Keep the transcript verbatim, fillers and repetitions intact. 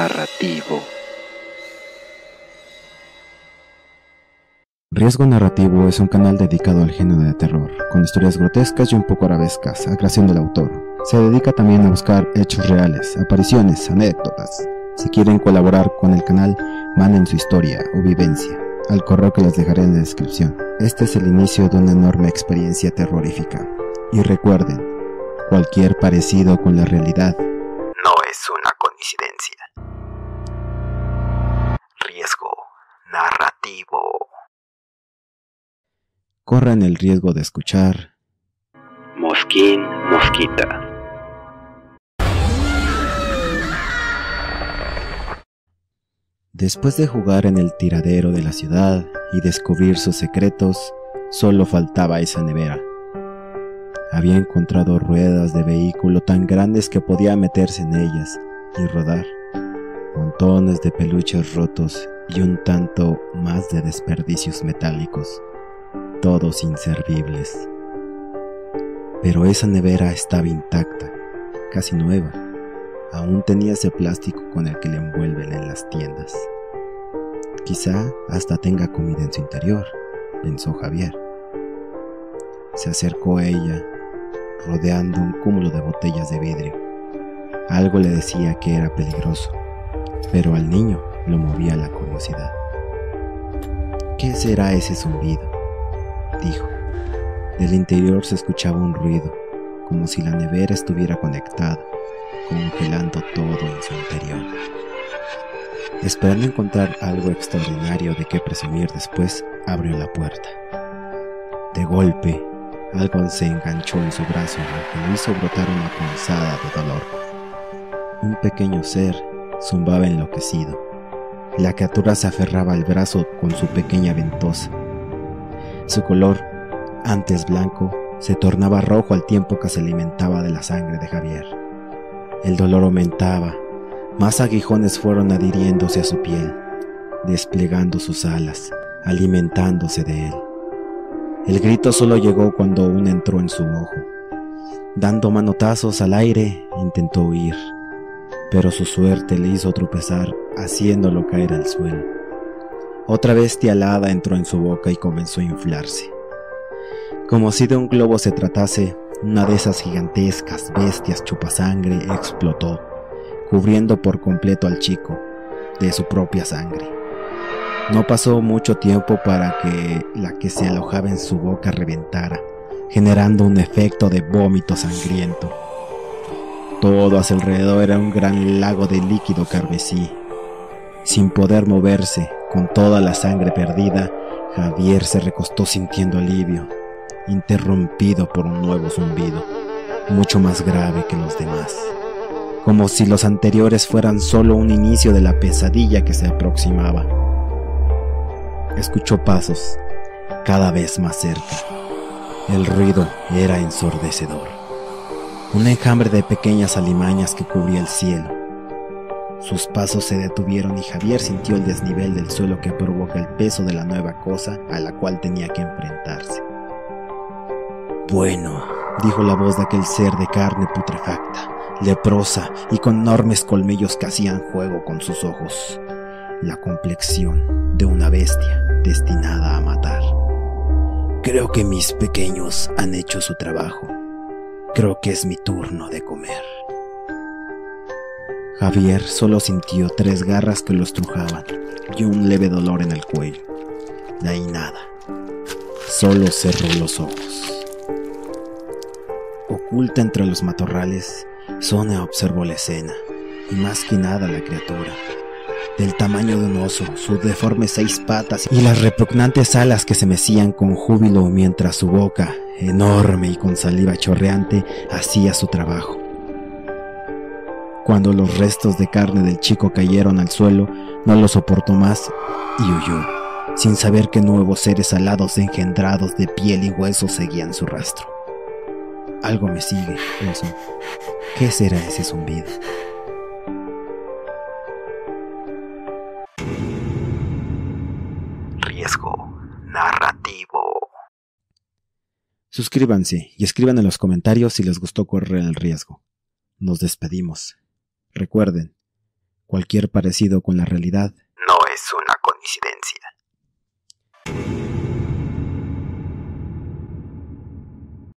narrativo. Riesgo Narrativo es un canal dedicado al género de terror, con historias grotescas y un poco arabescas, a creación del autor. Se dedica también a buscar hechos reales, apariciones, anécdotas. Si quieren colaborar con el canal, manden su historia o vivencia al correo que les dejaré en la descripción. Este es el inicio de una enorme experiencia terrorífica. Y recuerden, cualquier parecido con la realidad No es una coincidencia. Riesgo Narrativo. corran el riesgo de escuchar Mosquín Mosquita. Después de jugar en el tiradero de la ciudad y descubrir sus secretos, solo faltaba esa nevera. Había encontrado ruedas de vehículo tan grandes que podía meterse en ellas y rodar, montones de peluches rotos y un tanto más de desperdicios metálicos, todos inservibles. Pero esa nevera estaba intacta, casi nueva. Aún tenía ese plástico con el que le envuelven en las tiendas. Quizá hasta tenga comida en su interior, pensó Javier. Se acercó a ella, rodeando un cúmulo de botellas de vidrio. Algo le decía que era peligroso, pero al niño lo movía la curiosidad. ¿Qué será ese zumbido?, dijo. Del interior se escuchaba un ruido, como si la nevera estuviera conectada, congelando todo en su interior. Esperando encontrar algo extraordinario de qué presumir después, abrió la puerta. De golpe, algo se enganchó en su brazo, lo que lo hizo brotar una punzada de dolor. Un pequeño ser zumbaba enloquecido. La criatura se aferraba al brazo con su pequeña ventosa. Su color, antes blanco, se tornaba rojo al tiempo que se alimentaba de la sangre de Javier. El dolor aumentaba, más aguijones fueron adhiriéndose a su piel, desplegando sus alas, alimentándose de él. El grito solo llegó cuando uno entró en su ojo. Dando manotazos al aire, intentó huir, pero su suerte le hizo tropezar, haciéndolo caer al suelo. Otra bestia alada entró en su boca y comenzó a inflarse. Como si de un globo se tratase, una de esas gigantescas bestias chupasangre explotó, cubriendo por completo al chico de su propia sangre. No pasó mucho tiempo para que la que se alojaba en su boca reventara, generando un efecto de vómito sangriento. Todo a su alrededor era un gran lago de líquido carmesí. Sin poder moverse, con toda la sangre perdida, Javier se recostó sintiendo alivio, interrumpido por un nuevo zumbido, mucho más grave que los demás, como si los anteriores fueran solo un inicio de la pesadilla que se aproximaba. Escuchó pasos, cada vez más cerca. El ruido era ensordecedor. Un enjambre de pequeñas alimañas que cubría el cielo. Sus pasos se detuvieron y Javier sintió el desnivel del suelo que provoca el peso de la nueva cosa a la cual tenía que enfrentarse. Bueno, dijo la voz de aquel ser de carne putrefacta, leprosa y con enormes colmillos que hacían juego con sus ojos. La complexión de una bestia destinada a matar. Creo que mis pequeños han hecho su trabajo. Creo que es mi turno de comer. Javier solo sintió tres garras que lo estrujaban y un leve dolor en el cuello. De ahí nada. Solo cerró los ojos. Oculta entre los matorrales, Sonia observó la escena, y más que nada la criatura. Del tamaño de un oso, sus deformes seis patas y las repugnantes alas que se mecían con júbilo mientras su boca, enorme y con saliva chorreante, hacía su trabajo. Cuando los restos de carne del chico cayeron al suelo, no lo soportó más y huyó, sin saber que nuevos seres alados engendrados de piel y hueso seguían su rastro. Algo me sigue, pensó. ¿Qué será ese zumbido? Riesgo Narrativo. Suscríbanse y escriban en los comentarios si les gustó correr el riesgo. Nos despedimos. Recuerden, Cualquier parecido con la realidad no es una coincidencia.